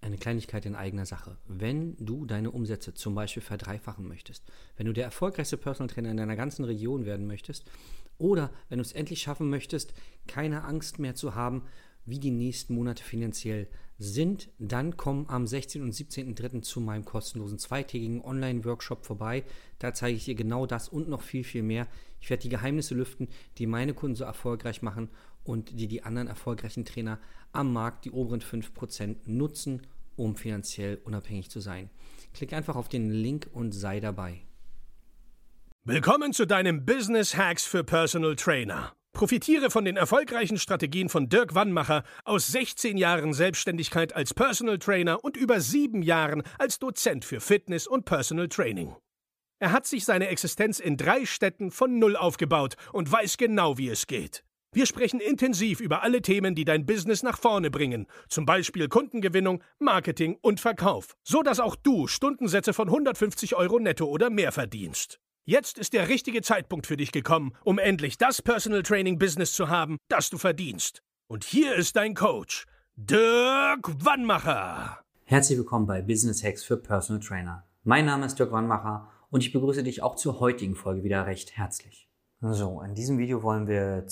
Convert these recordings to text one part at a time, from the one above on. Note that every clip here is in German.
eine Kleinigkeit in eigener Sache. Wenn du deine Umsätze zum Beispiel verdreifachen möchtest, wenn du der erfolgreichste Personal Trainer in deiner ganzen Region werden möchtest oder wenn du es endlich schaffen möchtest, keine Angst mehr zu haben, wie die nächsten Monate finanziell sind, dann komm am 16. und 17.03. zu meinem kostenlosen zweitägigen Online-Workshop vorbei. Da zeige ich dir genau das und noch viel, viel mehr. Ich werde die Geheimnisse lüften, die meine Kunden so erfolgreich machen und die anderen erfolgreichen Trainer am Markt, die oberen 5%, nutzen, um finanziell unabhängig zu sein. Klick einfach auf den Link und sei dabei. Willkommen zu deinem Business Hacks für Personal Trainer. Profitiere von den erfolgreichen Strategien von Dirk Wannmacher aus 16 Jahren Selbstständigkeit als Personal Trainer und über 7 Jahren als Dozent für Fitness und Personal Training. Er hat sich seine Existenz in 3 Städten von Null aufgebaut und weiß genau, wie es geht. Wir sprechen intensiv über alle Themen, die dein Business nach vorne bringen, zum Beispiel Kundengewinnung, Marketing und Verkauf, so dass auch du Stundensätze von 150 € netto oder mehr verdienst. Jetzt ist der richtige Zeitpunkt für dich gekommen, um endlich das Personal Training Business zu haben, das du verdienst. Und hier ist dein Coach, Dirk Wannmacher. Herzlich willkommen bei Business Hacks für Personal Trainer. Mein Name ist Dirk Wannmacher und ich begrüße dich auch zur heutigen Folge wieder recht herzlich. So, in diesem Video wollen wir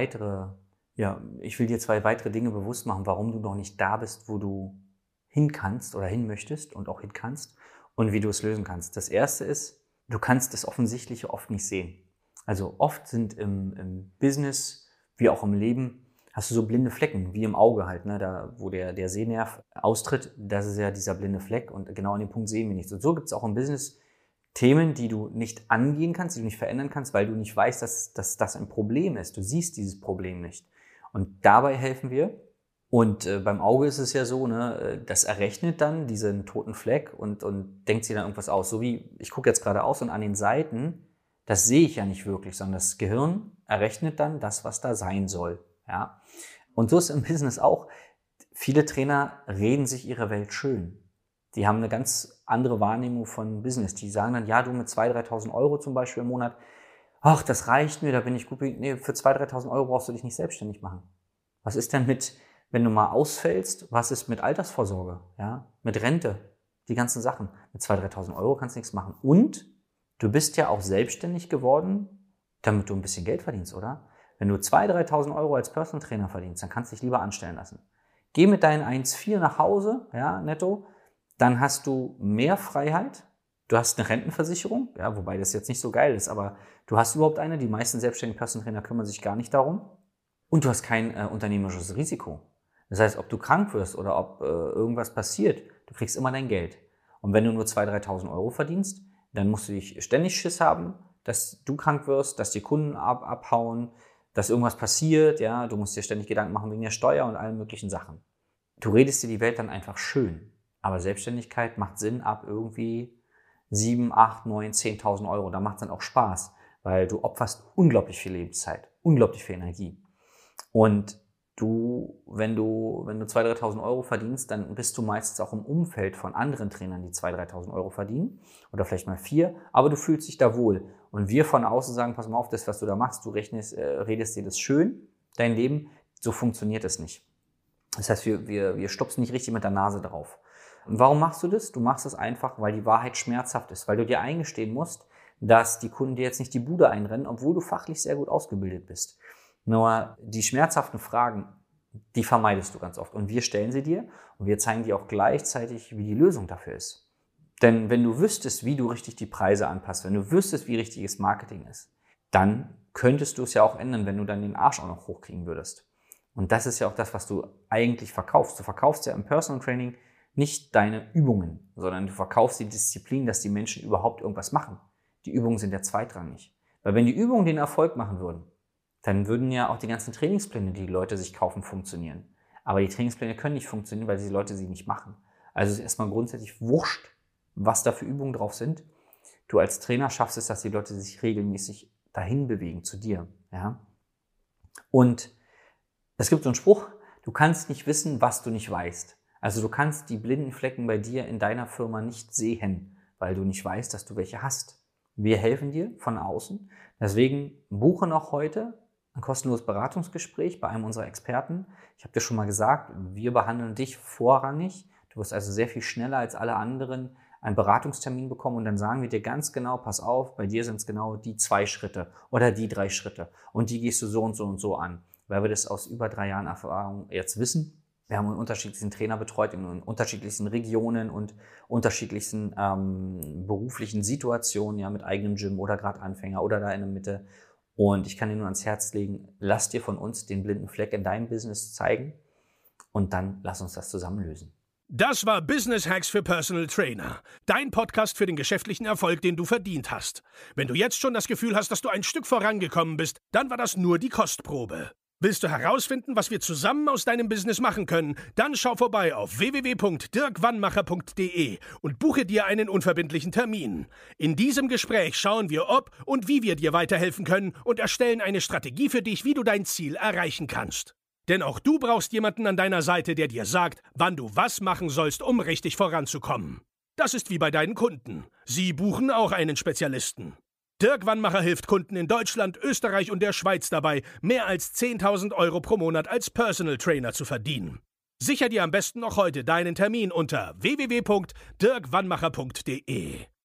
ich will dir 2 weitere Dinge bewusst machen, warum du noch nicht da bist, wo du hin kannst oder hin möchtest und auch hin kannst und wie du es lösen kannst. Das erste ist, du kannst das Offensichtliche oft nicht sehen. Also oft sind im Business, wie auch im Leben, hast du so blinde Flecken, wie im Auge halt, ne? Da, wo der Sehnerv austritt, das ist ja dieser blinde Fleck und genau an dem Punkt sehen wir nichts. Und so gibt es auch im Business Themen, die du nicht angehen kannst, die du nicht verändern kannst, weil du nicht weißt, dass das ein Problem ist. Du siehst dieses Problem nicht. Und dabei helfen wir. Und beim Auge ist es ja so, ne, das errechnet dann diesen toten Fleck und denkt sich dann irgendwas aus. So wie, ich gucke jetzt gerade aus und an den Seiten, das sehe ich ja nicht wirklich, sondern das Gehirn errechnet dann das, was da sein soll. Ja? Und so ist im Business auch. Viele Trainer reden sich ihre Welt schön. Die haben eine ganz andere Wahrnehmung von Business. Die sagen dann, ja, du mit 2.000, 3.000 € zum Beispiel im Monat, ach, das reicht mir, da bin ich gut. Nee, für 2.000, 3.000 € brauchst du dich nicht selbstständig machen. Was ist denn wenn du mal ausfällst, was ist mit Altersvorsorge, ja, mit Rente, die ganzen Sachen? Mit 2.000, 3.000 € kannst du nichts machen. Und du bist ja auch selbstständig geworden, damit du ein bisschen Geld verdienst, oder? Wenn du 2.000, 3.000 € als Personal Trainer verdienst, dann kannst du dich lieber anstellen lassen. Geh mit deinen 1,4 nach Hause, ja, netto, dann hast du mehr Freiheit. Du hast eine Rentenversicherung, ja, wobei das jetzt nicht so geil ist, aber du hast überhaupt eine. Die meisten selbstständigen Personal Trainer kümmern sich gar nicht darum. Und du hast kein unternehmerisches Risiko. Das heißt, ob du krank wirst oder ob irgendwas passiert, du kriegst immer dein Geld. Und wenn du nur 2.000, 3.000 € verdienst, dann musst du dich ständig Schiss haben, dass du krank wirst, dass die Kunden abhauen, dass irgendwas passiert. Ja, du musst dir ständig Gedanken machen wegen der Steuer und allen möglichen Sachen. Du redest dir die Welt dann einfach schön. Aber Selbstständigkeit macht Sinn ab irgendwie 7.000, 8.000, 9.000, 10.000 €. Da macht es dann auch Spaß, weil du opferst unglaublich viel Lebenszeit, unglaublich viel Energie. Und wenn du 2.000, 3.000 € verdienst, dann bist du meistens auch im Umfeld von anderen Trainern, die 2.000, 3.000 € verdienen oder vielleicht mal 4, aber du fühlst dich da wohl. Und wir von außen sagen, pass mal auf, das, was du da machst, du redest dir das schön, dein Leben, so funktioniert es nicht. Das heißt, wir stupsen nicht richtig mit der Nase drauf. Und warum machst du das? Du machst es einfach, weil die Wahrheit schmerzhaft ist, weil du dir eingestehen musst, dass die Kunden dir jetzt nicht die Bude einrennen, obwohl du fachlich sehr gut ausgebildet bist. Nur die schmerzhaften Fragen, die vermeidest du ganz oft. Und wir stellen sie dir und wir zeigen dir auch gleichzeitig, wie die Lösung dafür ist. Denn wenn du wüsstest, wie du richtig die Preise anpasst, wenn du wüsstest, wie richtiges Marketing ist, dann könntest du es ja auch ändern, wenn du dann den Arsch auch noch hochkriegen würdest. Und das ist ja auch das, was du eigentlich verkaufst. Du verkaufst ja im Personal Training nicht deine Übungen, sondern du verkaufst die Disziplin, dass die Menschen überhaupt irgendwas machen. Die Übungen sind ja zweitrangig. Weil wenn die Übungen den Erfolg machen würden, dann würden ja auch die ganzen Trainingspläne, die Leute sich kaufen, funktionieren. Aber die Trainingspläne können nicht funktionieren, weil die Leute sie nicht machen. Also ist erstmal grundsätzlich wurscht, was da für Übungen drauf sind. Du als Trainer schaffst es, dass die Leute sich regelmäßig dahin bewegen, zu dir. Ja? Und es gibt so einen Spruch, du kannst nicht wissen, was du nicht weißt. Also du kannst die blinden Flecken bei dir in deiner Firma nicht sehen, weil du nicht weißt, dass du welche hast. Wir helfen dir von außen. Deswegen buche noch heute ein kostenloses Beratungsgespräch bei einem unserer Experten. Ich habe dir schon mal gesagt, wir behandeln dich vorrangig. Du wirst also sehr viel schneller als alle anderen einen Beratungstermin bekommen und dann sagen wir dir ganz genau, pass auf, bei dir sind es genau die 2 Schritte oder die 3 Schritte und die gehst du so und so an, weil wir das aus über 3 Jahren Erfahrung jetzt wissen. Wir haben einen unterschiedlichen Trainer betreut in unterschiedlichsten Regionen und unterschiedlichsten beruflichen Situationen, ja, mit eigenem Gym oder gerade Anfänger oder da in der Mitte. Und ich kann dir nur ans Herz legen, lass dir von uns den blinden Fleck in deinem Business zeigen und dann lass uns das zusammen lösen. Das war Business Hacks für Personal Trainer. Dein Podcast für den geschäftlichen Erfolg, den du verdient hast. Wenn du jetzt schon das Gefühl hast, dass du ein Stück vorangekommen bist, dann war das nur die Kostprobe. Willst du herausfinden, was wir zusammen aus deinem Business machen können? Dann schau vorbei auf www.dirkwannmacher.de und buche dir einen unverbindlichen Termin. In diesem Gespräch schauen wir, ob und wie wir dir weiterhelfen können und erstellen eine Strategie für dich, wie du dein Ziel erreichen kannst. Denn auch du brauchst jemanden an deiner Seite, der dir sagt, wann du was machen sollst, um richtig voranzukommen. Das ist wie bei deinen Kunden. Sie buchen auch einen Spezialisten. Dirk Wannmacher hilft Kunden in Deutschland, Österreich und der Schweiz dabei, mehr als 10.000 € pro Monat als Personal Trainer zu verdienen. Sicher dir am besten noch heute deinen Termin unter www.dirkwannmacher.de.